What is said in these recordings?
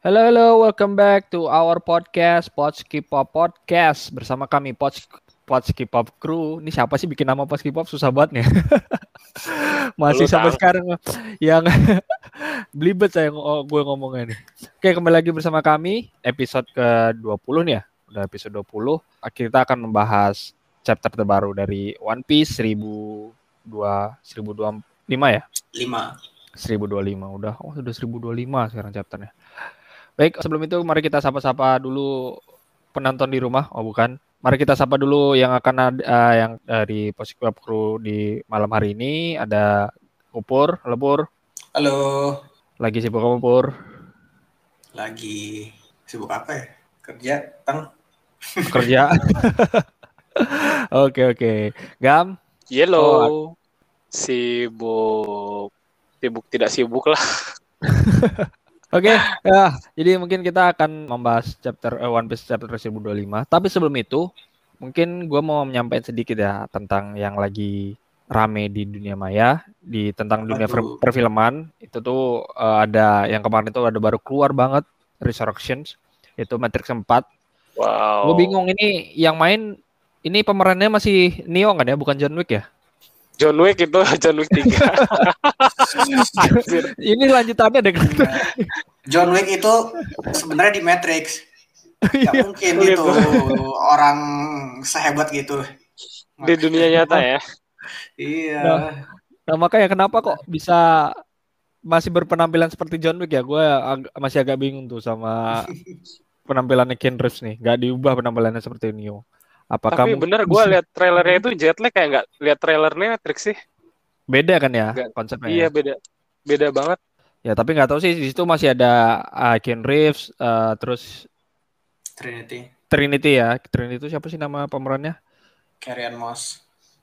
Halo, welcome back to our podcast, Pods K-pop Podcast. Bersama kami, Pods K-pop Crew. Ini siapa sih bikin nama Pods K-pop? Susah banget nih. Masih Lu sampai tahu. sekarang yang belibet saya gue ngomongnya nih. Oke, kembali lagi bersama kami, episode ke-20 nih ya. Udah episode 20. Kita akan membahas chapter terbaru dari One Piece 1025 ya? 1025 udah 1025 sekarang chapternya. Baik, sebelum itu mari kita sapa-sapa dulu penonton di rumah. Oh bukan, mari kita sapa dulu yang akan yang dari Posikop Crew di malam hari ini. Ada Upur, Lebur. Halo. Lagi sibuk apa Pur? Lagi sibuk apa ya? Kerja, Kerja. Oke. Gam? Yellow. Sibuk tidak sibuk lah. Oke, ya. Jadi mungkin kita akan membahas chapter One Piece chapter 1025. Tapi sebelum itu, mungkin gue mau menyampaikan sedikit ya tentang yang lagi rame di dunia maya, tentang dunia perfilman. Itu tuh ada yang kemarin itu ada baru keluar banget, Resurrections, itu Matrix 4. Wow. Gue bingung ini yang main ini pemerannya masih Neo kan ya, bukan John Wick ya? John Wick 3. Ini lanjutannya dengan John Wick itu sebenarnya di Matrix. Gak mungkin itu orang sehebat gitu di dunia nyata ya. Iya. Nah makanya kenapa kok bisa masih berpenampilan seperti John Wick ya? Gue masih agak bingung tuh sama penampilannya Keanu Reeves nih. Gak diubah penampilannya seperti Neo. Apakah tapi bener gue lihat trailernya itu jet lag kayak nggak lihat trailernya Matrix sih. Beda kan ya konsepnya? Iya beda banget. Ya tapi nggak tahu sih di situ masih ada Keanu Reeves, terus Trinity ya. Trinity itu siapa sih nama pemerannya? Carrie Moss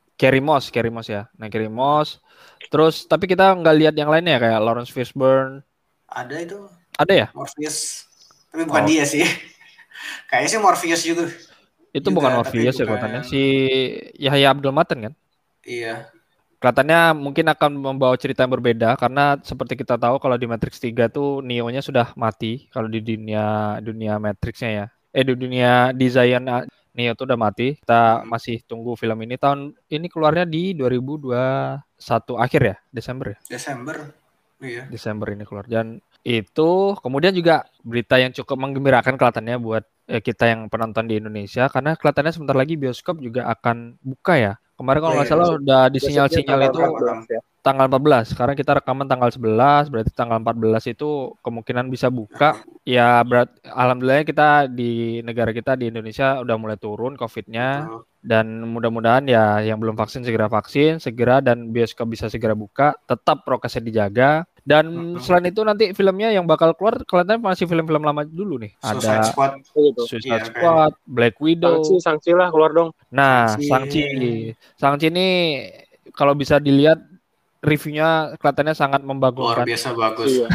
ya. Nah Carrie Moss. Terus tapi kita nggak lihat yang lainnya kayak Lawrence Fishburne. Ada itu. Ada ya? Morpheus. Tapi bukan dia sih. Kayaknya sih Morpheus juga. Itu bukan Morpheus ya kelihatannya. Si Yahya Abdul Maten kan? Iya. Kelihatannya mungkin akan membawa cerita yang berbeda karena seperti kita tahu kalau di Matrix 3 tuh Neo-nya sudah mati kalau di dunia Matrix-nya ya. Di dunia desain Neo tuh udah mati. Kita masih tunggu film ini tahun ini keluarnya di 2021 akhir ya, Desember ya? Iya. Desember ini keluar. Dan itu kemudian juga berita yang cukup menggembirakan kelihatannya buat kita yang penonton di Indonesia karena kelihatannya sebentar lagi bioskop juga akan buka ya. Kemarin kalau nggak salah udah disinyal-sinyal itu tanggal 14. Sekarang kita rekaman tanggal 11, berarti tanggal 14 itu kemungkinan bisa buka. Ya alhamdulillah kita di negara kita di Indonesia udah mulai turun COVID-nya. Dan mudah-mudahan ya yang belum vaksin segera dan bioskop bisa segera buka. Tetap prokesnya dijaga. Dan selain itu nanti filmnya yang bakal keluar kelihatannya masih film-film lama dulu nih. Ada Suicide Squad, Black Widow. Shang-Chi lah keluar dong. Nah, Shang-Chi ini kalau bisa dilihat reviewnya kelihatannya sangat membaguskan. Luar biasa bagus. Iya.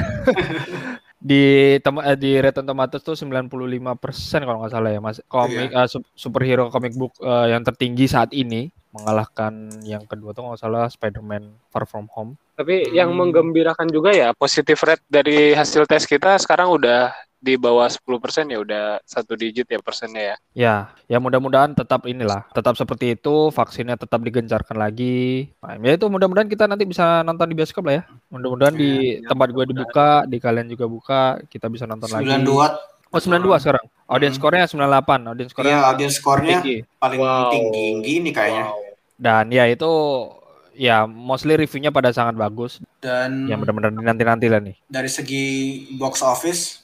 di Rotten Tomatoes tuh 95% kalau nggak salah ya Mas. Komik superhero comic book yang tertinggi saat ini, mengalahkan yang kedua tuh nggak salah Spider-Man Far From Home. Tapi yang menggembirakan juga ya positive rate dari hasil tes kita sekarang udah di bawah 10% ya, udah 1 digit ya persennya ya. Ya mudah-mudahan tetap seperti itu, vaksinnya tetap digencarkan lagi. Nah, ya itu mudah-mudahan kita nanti bisa nonton di bioskop lah ya. Mudah-mudahan di tempat gue dibuka, di kalian juga buka, kita bisa nonton 92. lagi. 92 sekarang. Audience score-nya 98. Audience score-nya paling tinggi nih kayaknya. Dan ya itu ya mostly reviewnya pada sangat bagus. Dan ya benar-benar nanti lah nih. Dari segi box office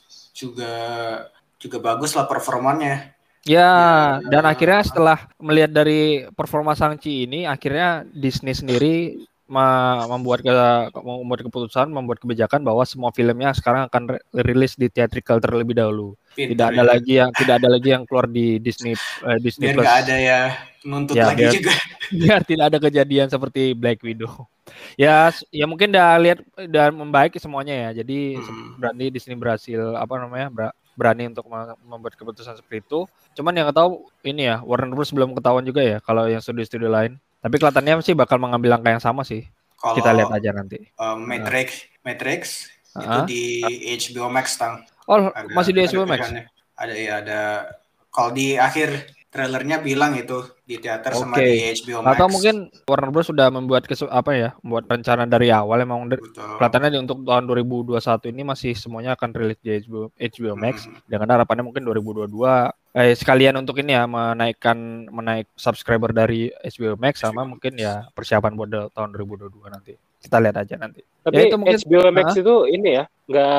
juga bagus lah performanya. Ya, dan akhirnya setelah melihat dari performa Shang-Chi ini, akhirnya Disney sendiri membuat keputusan, membuat kebijakan bahwa semua filmnya sekarang akan rilis di theatrical terlebih dahulu. Tidak ada lagi yang keluar di Disney Plus. Nggak ada ya nuntut lagi juga. Biar tidak ada kejadian seperti Black Widow. Ya mungkin udah membaik semuanya ya. Jadi berarti Disney berhasil berani untuk membuat keputusan seperti itu. Cuman yang nggak tahu ini ya, Warner Bros belum ketahuan juga ya kalau yang studio-studio lain. Tapi kelihatannya sih bakal mengambil langkah yang sama sih. Kalau kita lihat aja nanti. Matrix itu di HBO Max, Tang. Oh, Ada masih di HBO Max? pilihannya. Ada. Kalau di akhir trailernya bilang itu di teater sama di Oke. HBO Atau Max. mungkin Warner Bros sudah membuat membuat rencana dari awal emang Betul. kelihatannya untuk tahun 2021 ini masih semuanya akan rilis di HBO Max dengan harapannya mungkin 2022 sekalian untuk ini ya menaik subscriber dari HBO Max sama mungkin ya persiapan buat tahun 2022 nanti. Kita lihat aja nanti. Tapi Ya itu mungkin HBO Max itu ini ya,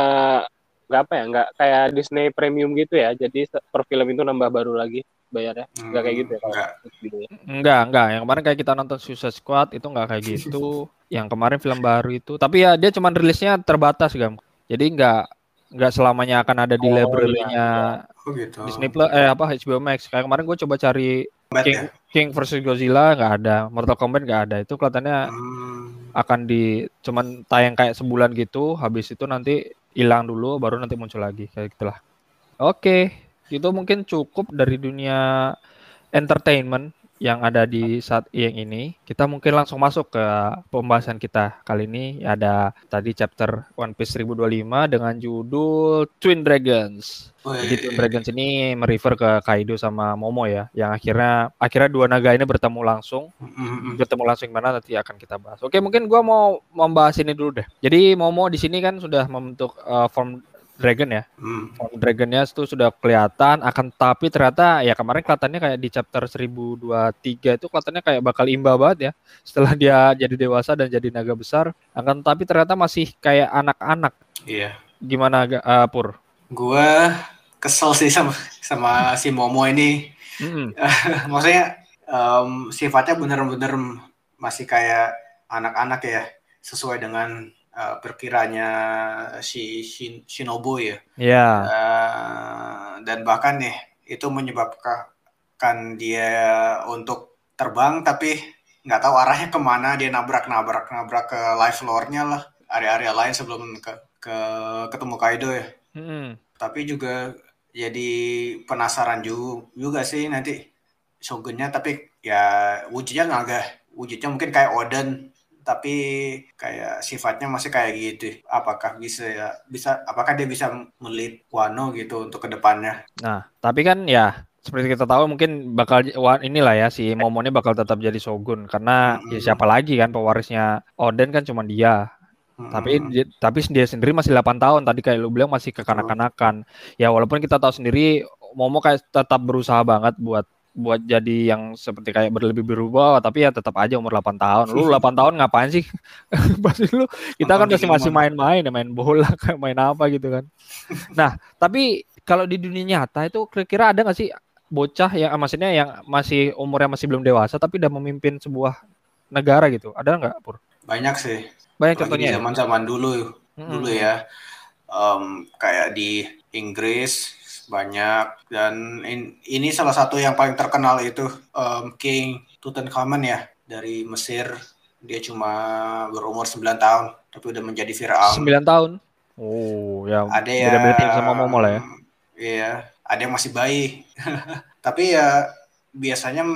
nggak kayak Disney Premium gitu ya. Jadi per film itu nambah baru lagi bayarnya. Nggak kayak gitu ya kalau HBO ya. Enggak. Yang kemarin kayak kita nonton Suicide Squad itu enggak kayak gitu. Yang kemarin film baru itu. Tapi ya dia cuma rilisnya terbatas, Gam. Jadi enggak selamanya akan ada di library-nya gitu. Disney Plus HBO Max. Kayak kemarin gue coba cari King versus Godzilla enggak ada, Mortal Kombat enggak ada. Itu kelihatannya akan cuman tayang kayak sebulan gitu, habis itu nanti hilang dulu baru nanti muncul lagi kayak gitulah. Oke, itu mungkin cukup dari dunia entertainment yang ada di saat yang ini. Kita mungkin langsung masuk ke pembahasan kita kali ini. Ada tadi chapter One Piece 1025 dengan judul Twin Dragons. Jadi Twin Dragons ini merefer ke Kaido sama Momo ya, yang akhirnya dua naga ini bertemu langsung gimana nanti akan kita bahas. Oke, mungkin gua mau membahas ini dulu deh. Jadi Momo di sini kan sudah membentuk form Dragon ya. Dragonnya itu sudah kelihatan, akan tapi ternyata ya kemarin kelihatannya kayak di chapter 1023 itu kelihatannya kayak bakal imba banget ya. Setelah dia jadi dewasa dan jadi naga besar, akan tapi ternyata masih kayak anak-anak. Iya. Gimana Pur? Gua kesel sih sama si Momo ini. Maksudnya sifatnya benar-benar masih kayak anak-anak ya, sesuai dengan perkiranya si Shinobu ya. Iya. Dan bahkan nih itu menyebabkan dia untuk terbang tapi nggak tahu arahnya kemana, dia nabrak ke life lore-nya lah, area-area lain sebelum ketemu Kaido ya. Tapi juga jadi penasaran juga sih nanti Shogunnya, tapi ya wujudnya mungkin kayak Oden, tapi kayak sifatnya masih kayak gitu. Apakah apakah dia bisa melit Wano gitu untuk kedepannya? Nah, tapi kan ya seperti kita tahu mungkin bakal inilah ya si Momo ini bakal tetap jadi shogun karena ya siapa lagi kan pewarisnya Oden kan cuma dia. Tapi dia sendiri masih 8 tahun tadi kayak lu bilang masih kekanak-kanakan. Ya walaupun kita tahu sendiri Momo kayak tetap berusaha banget buat jadi yang seperti kayak berlebih berubah, tapi ya tetap aja umur 8 tahun. Lu 8 tahun ngapain sih? Pasti kita kan masih main-main, main bola, main apa gitu kan. Nah, tapi kalau di dunia nyata itu kira-kira ada nggak sih bocah yang maksudnya yang masih umurnya masih belum dewasa tapi udah memimpin sebuah negara gitu? Ada nggak, Pur? Banyak sih. Banyak contohnya. Zaman dulu ya. Kayak di Inggris banyak, dan ini salah satu yang paling terkenal itu King Tutankhamun ya, dari Mesir. Dia cuma berumur 9 tahun tapi udah menjadi Firaun. 9 tahun. Oh, ya. Ada beda tim sama Momo lah ya. Iya, ada yang masih bayi. Tapi ya biasanya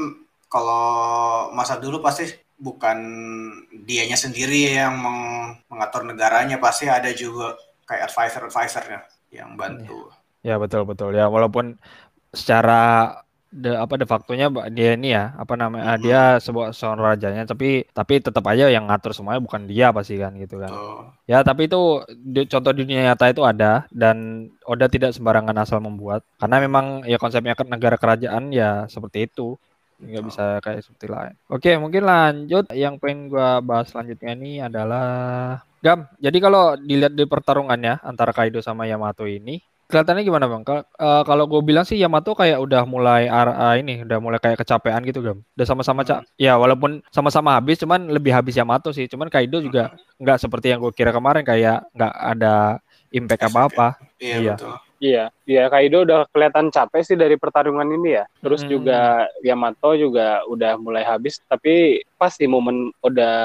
kalau masa dulu pasti bukan dianya sendiri yang mengatur negaranya, pasti ada juga kayak advisor-advisornya yang bantu. Ya betul ya, walaupun secara de facto-nya dia ini ya dia seorang rajanya, tapi tetap aja yang ngatur semuanya bukan dia pasti kan gitu kan. Ya tapi itu contoh dunia nyata itu ada, dan Oda tidak sembarangan asal membuat karena memang ya konsepnya negara kerajaan ya seperti itu, nggak bisa kayak seperti lain. Oke, mungkin lanjut yang pengen gua bahas selanjutnya ini adalah Gam. Jadi kalau dilihat di pertarungannya antara Kaido sama Yamato ini kelihatannya gimana Bang? Kalau gue bilang sih Yamato kayak udah mulai kayak kecapean gitu Gam. Udah sama-sama ya walaupun sama-sama habis, cuman lebih habis Yamato sih. Cuman Kaido juga nggak seperti yang gue kira kemarin, kayak nggak ada impact apa-apa. Iya, betul. Iya, Kaido udah kelihatan capek sih dari pertarungan ini ya. Terus juga Yamato juga udah mulai habis, tapi pas di momen udah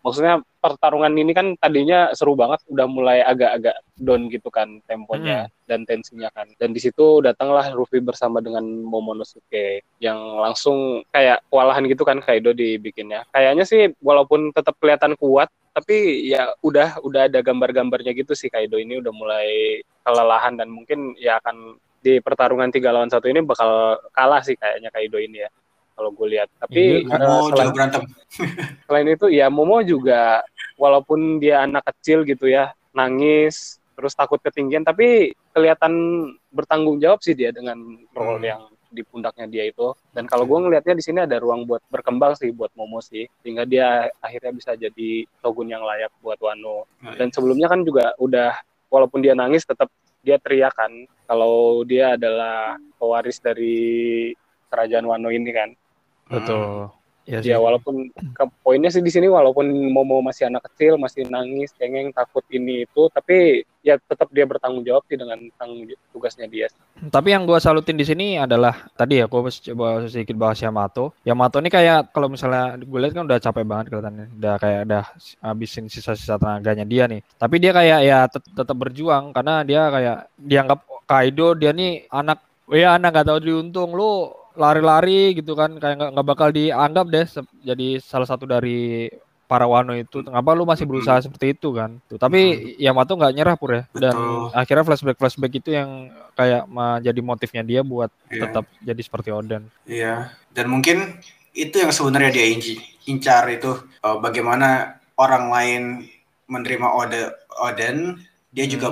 Maksudnya pertarungan ini kan tadinya seru banget, udah mulai agak-agak down gitu kan temponya dan tensinya kan. Dan di situ datanglah Luffy bersama dengan Momonosuke yang langsung kayak kewalahan gitu kan Kaido dibikinnya. Kayaknya sih walaupun tetap kelihatan kuat, tapi ya udah ada gambar-gambarnya gitu sih Kaido ini udah mulai kelelahan dan mungkin ya akan di pertarungan 3 lawan 1 ini bakal kalah sih kayaknya Kaido ini ya. Kalau gue lihat. Tapi Momo juga berantem. Selain itu ya Momo juga walaupun dia anak kecil gitu ya, nangis, terus takut ketinggian, tapi kelihatan bertanggung jawab sih dia dengan role yang di pundaknya dia itu. Dan kalau gue ngelihatnya di sini ada ruang buat berkembang sih buat Momo sih, sehingga dia akhirnya bisa jadi shogun yang layak buat Wano. Dan sebelumnya kan juga udah, walaupun dia nangis tetap dia teriak kan kalau dia adalah pewaris dari kerajaan Wano ini kan. Betul. Ya walaupun poinnya sih di sini walaupun Momo masih anak kecil, masih nangis, cengeng, takut ini itu, tapi ya tetap dia bertanggung jawab sih dengan tugasnya dia. Tapi yang gue salutin di sini adalah tadi ya gue coba sedikit bahas Yamato. Yamato ini kayak kalau misalnya gue lihat kan udah capek banget kelihatannya, udah habisin sisa-sisa tenaganya dia nih. Tapi dia kayak ya tetap berjuang karena dia kayak dianggap Kaido dia nih anak gak tahu diuntung, lu lari-lari gitu kan, kayak nggak bakal dianggap deh jadi salah satu dari para Wano itu. Kenapa lu masih berusaha seperti itu kan? Tuh, tapi Yamato nggak nyerah Pur ya. Dan akhirnya flashback itu yang kayak menjadi motifnya dia buat tetap jadi seperti Oden. Iya. Dan mungkin itu yang sebenarnya dia incar itu, bagaimana orang lain menerima Oden, dia juga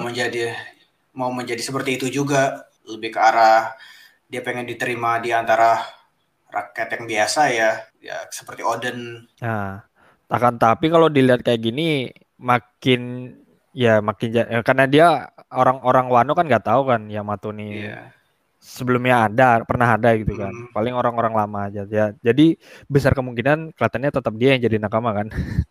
mau menjadi seperti itu juga, lebih ke arah dia pengen diterima di antara rakyat yang biasa ya seperti Oden. Nah, tapi kalau dilihat kayak gini makin karena dia orang-orang Wano kan nggak tahu kan Yamato nih sebelumnya pernah ada gitu kan. Paling orang-orang lama aja ya. Jadi besar kemungkinan kelihatannya tetap dia yang jadi nakama kan.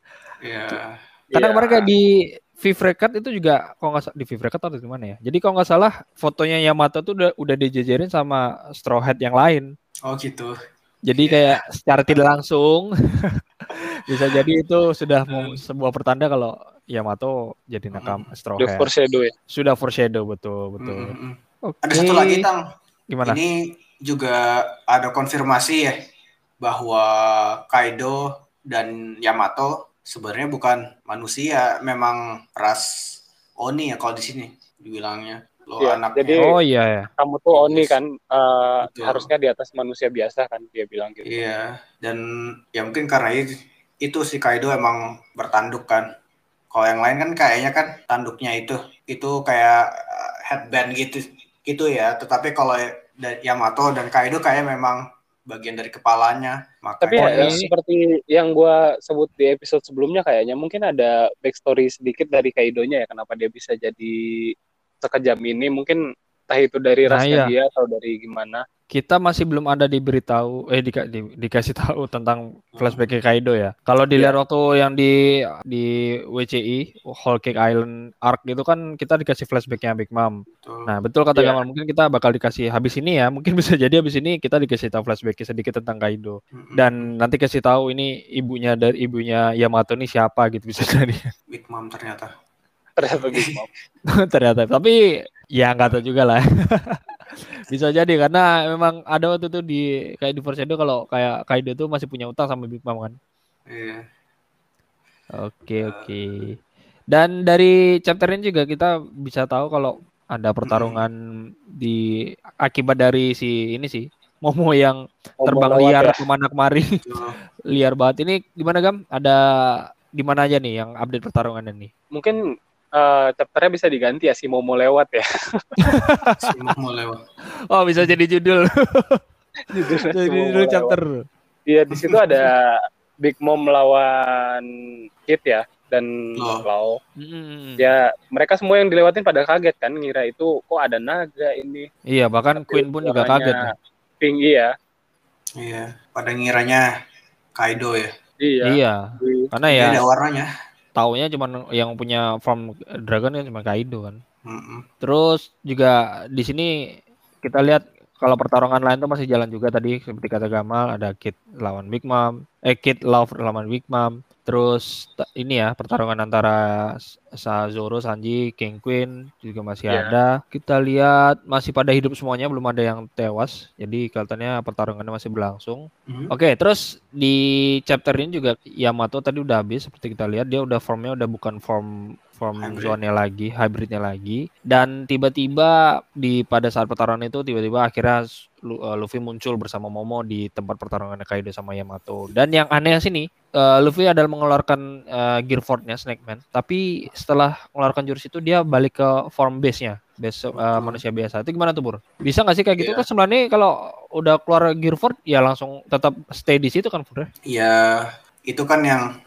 Iya. Karena kemarin kayak di Viv Record itu juga kalau nggak salah di Viv Record atau di mana ya. Jadi kalau nggak salah fotonya Yamato tuh udah dijejerin sama Straw Hat yang lain. Oh gitu. Jadi kayak secara tidak langsung bisa jadi itu sudah sebuah pertanda kalau Yamato jadi nakama Straw Hat. Sudah foreshadow betul. Okay. Ada satu lagi Tang. Gimana? Ini juga ada konfirmasi ya bahwa Kaido dan Yamato sebenarnya bukan manusia, memang ras Oni ya kalau di sini dibilangnya. Anaknya. Jadi kamu tuh Oni kan harusnya di atas manusia biasa kan dia bilang gitu. Iya, dan ya mungkin karena itu si Kaido emang bertanduk kan. Kalau yang lain kan kayaknya kan tanduknya itu kayak headband gitu ya. Tetapi kalau Yamato dan Kaido kayak memang bagian dari kepalanya. Tapi seperti yang gue sebut di episode sebelumnya kayaknya mungkin ada backstory sedikit dari Kaidonya ya, kenapa dia bisa jadi sekejam ini, mungkin entah itu dari rasnya dia atau dari gimana. Kita masih belum ada diberitahu dikasih tahu tentang flashback Kaido ya. Kalau dilihat waktu yang di WCI Whole Cake Island Arc itu kan kita dikasih flashbacknya Big Mom. Nah betul kata Gamal, mungkin kita bakal dikasih habis ini ya. Mungkin bisa jadi habis ini kita dikasih tahu flashbacknya sedikit tentang Kaido. Dan nanti kasih tahu ini ibunya Yamato ini siapa gitu bisa jadi. Big Mom ternyata Big Mom. Ternyata. Tapi ya nggak tahu juga lah. Bisa jadi karena memang ada waktu itu kayak di Foreshadow kalau kayak Kaido tuh masih punya utang sama Big Mom kan. Iya. Oke. Dan dari chapter ini juga kita bisa tahu kalau ada pertarungan di akibat dari si Momo yang terbang liar kemana kemari. Liar banget. Ini gimana Gam? Ada di mana aja nih yang update pertarungannya nih? Mungkin chapternya bisa diganti ya, si Momo lewat ya. Si Momo lewat. Oh bisa jadi judul. Judul chapter. Iya di situ ada Big Mom melawan Kid ya dan Law. Ya mereka semua yang dilewatin pada kaget kan, ngira itu kok ada naga ini. Iya bahkan Queen pun juga kaget. Pink ya. Iya pada ngiranya Kaido ya. Iya. Karena ya ada warnanya. Taunya cuma yang punya form dragon kan cuma Kaido kan. Terus juga di sini kita lihat kalau pertarungan lain tuh masih jalan juga tadi seperti kata Gamal, ada Kid lawan Big Mom, Kid Love lawan Big Mom. Terus ini ya pertarungan antara Zoro, Sanji, King Queen juga masih ada. Kita lihat masih pada hidup semuanya, belum ada yang tewas. Jadi kelihatannya pertarungannya masih berlangsung. Oke, terus di chapter ini juga Yamato tadi udah habis seperti kita lihat, dia udah formnya udah bukan form zone-nya lagi, hybridnya lagi. Dan tiba-tiba pada saat pertarungan itu tiba-tiba akhirnya Luffy muncul bersama Momo di tempat pertarungan Kaido sama Yamato. Dan yang aneh sini, Luffy adalah mengeluarkan Gear Force-nya Snake Man, tapi setelah mengeluarkan jurus itu dia balik ke form base-nya, manusia biasa. Itu gimana tuh, Bur? Bisa nggak sih kayak gitu? Kan sebenarnya kalau udah keluar Gear Force ya langsung tetap stay di situ kan, Bur? Iya, itu kan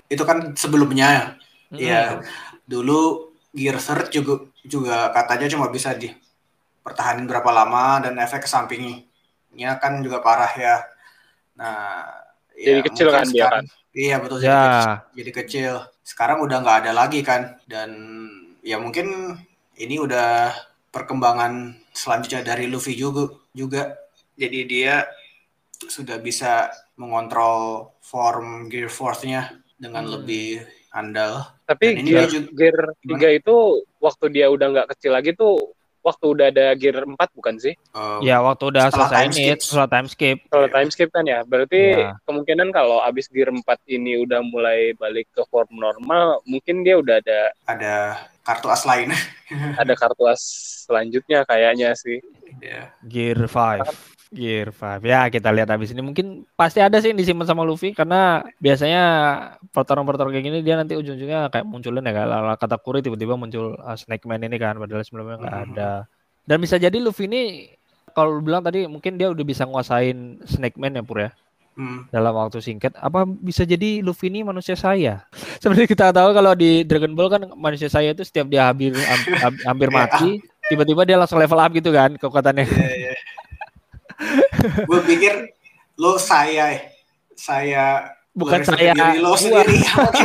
sebelumnya. Iya. Dulu Gear Third juga katanya cuma bisa dipertahanin berapa lama dan efek kesampingnya kan juga parah ya. Nah, jadi kecil kan dia kan? Iya betul, jadi kecil. Sekarang udah nggak ada lagi kan, dan ya mungkin ini udah perkembangan selanjutnya dari Luffy juga. Jadi dia sudah bisa mengontrol form Gear Force-nya dengan lebih andal. Tapi Gear 3 itu waktu dia udah nggak kecil lagi tuh, waktu udah ada Gear 4 bukan sih? Ya waktu udah selesai setelah time skip. Kalau time skip kan ya, berarti kemungkinan kalau abis Gear 4 ini udah mulai balik ke form normal, mungkin dia udah ada kartu as lain. Ada kartu as selanjutnya kayaknya sih. Gear 5. Gear 5. Ya, kita lihat habis ini mungkin pasti ada sih yang disimpan sama Luffy, karena biasanya pertarungan kayak gini dia nanti ujung-ujungnya kayak munculin ya, kayak kata Kuri tiba-tiba muncul Snake Man ini kan, padahal sebelumnya nggak ada. Dan bisa jadi Luffy ini kalau lu bilang tadi mungkin dia udah bisa nguasain Snake Man ya, Pur ya. Dalam waktu singkat, apa bisa jadi Luffy ini manusia saya? Seperti kita tahu kalau di Dragon Ball kan manusia saya itu setiap dia hampir mati, tiba-tiba dia langsung level up gitu kan kekuatannya. Iya. Gue pikir lo saya bukan saya diri lo sendiri.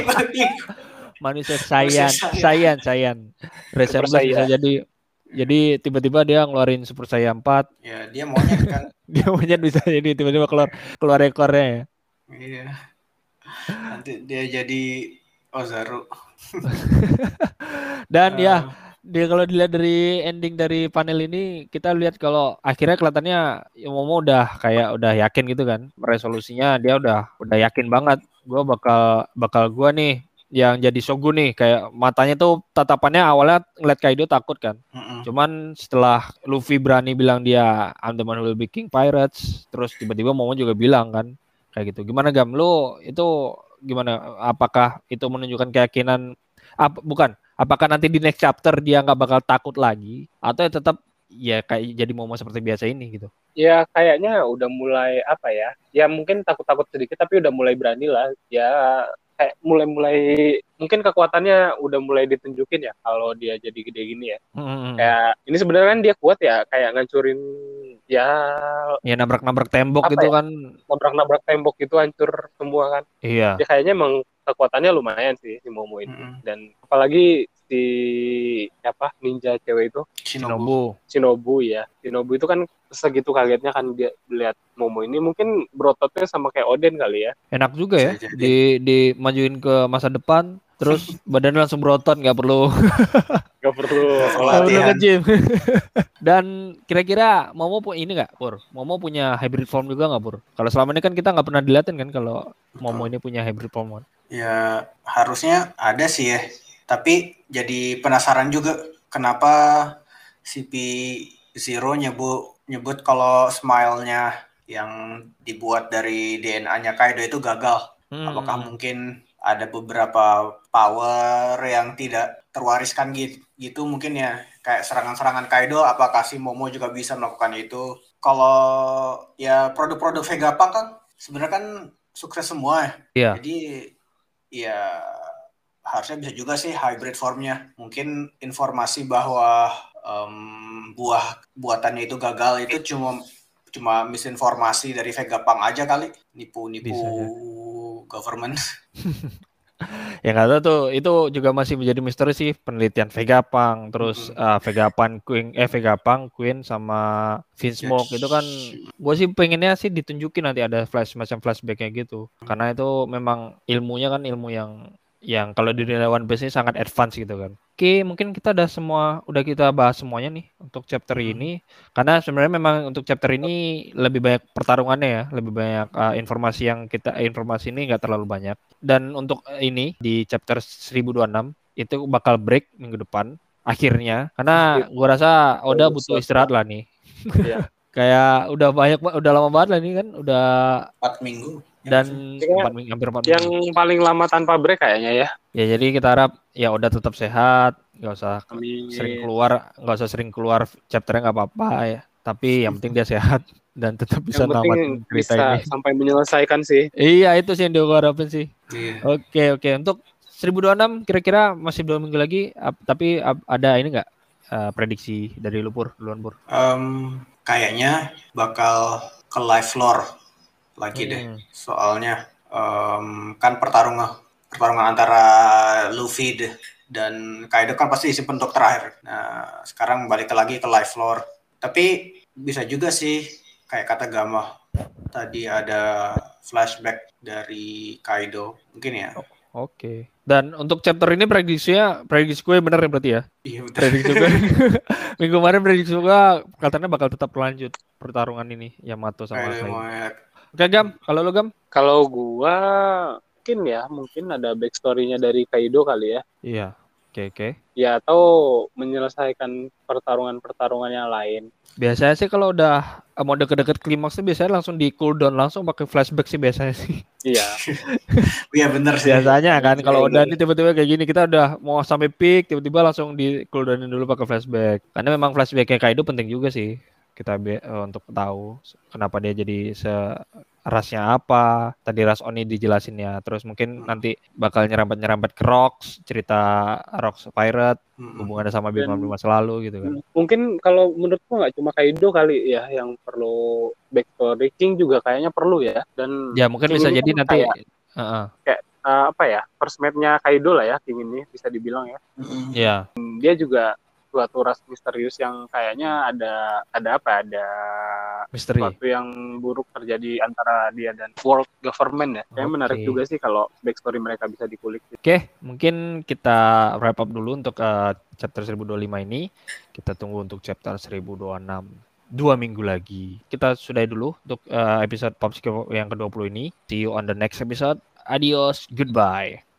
Manusia Saiyan. Reservoir bisa jadi tiba-tiba dia ngeluarin Super Saiyan 4. Ya, dia monyet kan. Dia monyet bisa jadi tiba-tiba keluar ekornya ya. Iya. Nanti dia jadi Ozaru. Dan dia kalau dilihat dari ending dari panel ini, kita lihat kalau akhirnya kelihatannya Momo udah yakin gitu kan, resolusinya dia udah yakin banget, gue bakal gue nih yang jadi Shogun nih, kayak matanya tuh tatapannya awalnya ngeliat Kaido takut kan, cuman setelah Luffy berani bilang dia I'm the man who will be king pirates, terus tiba-tiba Momo juga bilang kan kayak gitu. Gimana Gam, lu itu gimana, apakah itu menunjukkan keyakinan apakah nanti di next chapter dia nggak bakal takut lagi, atau tetap ya kayak jadi Momo seperti biasa ini gitu? Ya kayaknya udah mulai ya mungkin takut-takut sedikit tapi udah mulai berani lah ya, kayak mulai mungkin kekuatannya udah mulai ditunjukin ya kalau dia jadi gede gini ya. Kayak ini sebenarnya kan dia kuat ya, kayak ngancurin ya nabrak tembok gitu kan, nabrak tembok gitu, hancur semua kan. Iya. Ya kayaknya emang kekuatannya lumayan sih si Momo ini. Dan apalagi si ninja cewek itu Shinobu ya. Shinobu itu kan segitu kagetnya kan dia lihat Momo ini, mungkin berototnya sama kayak Oden kali ya. Enak juga ya dimajuin ke masa depan terus badannya langsung berotot, nggak perlu nge-gym. Dan kira-kira Momo ini nggak, Pur? Momo punya hybrid form juga nggak, Pur? Kalau selama ini kan kita nggak pernah dilihatin kan kalau Momo ini punya hybrid form kan? Ya harusnya ada sih ya. Tapi jadi penasaran juga kenapa si P0 nyebut kalau smile-nya yang dibuat dari DNA-nya Kaido itu gagal. Apakah mungkin ada beberapa power yang tidak terwariskan gitu mungkin ya, kayak serangan-serangan Kaido, apakah si Momo juga bisa melakukan itu? Kalau ya produk-produk Vegapunk kan sebenarnya kan sukses semua ya. Iya. Jadi ya harusnya bisa juga sih hybrid formnya. Mungkin informasi bahwa buah buatannya itu gagal itu cuma misinformasi dari Vegapunk aja kali, nipu government. Ya nggak tahu tuh, itu juga masih menjadi misteri sih penelitian Vegapunk, terus Vegapunk, Queen sama Vinsmoke itu kan, gue sih pengennya sih ditunjukin nanti ada macam flashbacknya gitu, karena itu memang ilmunya kan ilmu yang kalau di dunia One Piece ini sangat advance gitu kan. Oke, mungkin kita udah kita bahas semuanya nih untuk chapter ini. Karena sebenarnya memang untuk chapter ini lebih banyak pertarungannya ya, lebih banyak informasi ini nggak terlalu banyak. Dan untuk ini di chapter 1026 itu bakal break minggu depan akhirnya, karena gua rasa Oda butuh istirahat lah nih. Iya. Kayak udah lama banget lah ini kan, udah 4 minggu. dan Yang hampir 4 minggu. paling lama tanpa break kayaknya ya. Ya jadi kita harap ya udah tetap sehat, nggak usah Amin. sering keluar chapternya nggak apa-apa ya. Tapi yang penting dia sehat dan tetap bisa Yang penting namatin cerita bisa ini. sampai menyelesaikan sih. Iya, itu sih yang gue harapin sih. Iya. Oke. Untuk 1026 kira-kira masih 2 minggu lagi, tapi ada ini nggak prediksi dari lu duluan Pur? Kayaknya bakal ke live lore lagi deh. Soalnya kan pertarungan antara Luffy dan Kaido kan pasti isi bentuk terakhir. Nah, sekarang balik lagi ke live lore. Tapi bisa juga sih kayak kata Gama tadi ada flashback dari Kaido mungkin ya. Oke. Dan untuk chapter ini prediksi gue bener ya berarti ya? Iya betul. Prediksi gue minggu kemarin prediksi gue katanya bakal tetap berlanjut pertarungan ini Yamato sama Kaido. Oke Gam, kalau lu Gam? Kalau gua mungkin ada backstory-nya dari Kaido kali ya. Iya. Oke. Ya atau menyelesaikan pertarungan yang lain. Biasanya sih kalau udah mau deket-deket klimaks tuh biasanya langsung di cooldown, langsung pakai flashback sih biasanya sih. Iya. Iya bener sih. Biasanya kan kalau udah nih tiba-tiba kayak gini kita udah mau sampai peak tiba-tiba langsung di cooldownin dulu pakai flashback. Karena memang flashbacknya Kaido penting juga sih kita untuk tahu kenapa dia jadi rasnya apa. Tadi ras Oni dijelasinnya. Terus mungkin nanti bakal nyerempet ke Rocks, cerita Rocks Pirate, hubungannya sama Big Mom di masa lalu gitu kan. Mungkin kalau menurutku nggak cuma Kaido kali ya yang perlu backstory, King juga kayaknya perlu ya. Dan ya mungkin King bisa jadi nanti kayak first mate-nya Kaido lah ya, King ini bisa dibilang ya. Iya. Dia juga suatu ras misterius yang kayaknya ada misteri. Sesuatu yang buruk terjadi antara dia dan world government ya. Kayaknya menarik juga sih kalau backstory mereka bisa dikulik. Oke, mungkin kita wrap up dulu untuk chapter 1025 ini. Kita tunggu untuk chapter 1026. 2 minggu lagi. Kita sudahi dulu untuk episode Popsicle yang ke-20 ini. See you on the next episode. Adios, goodbye.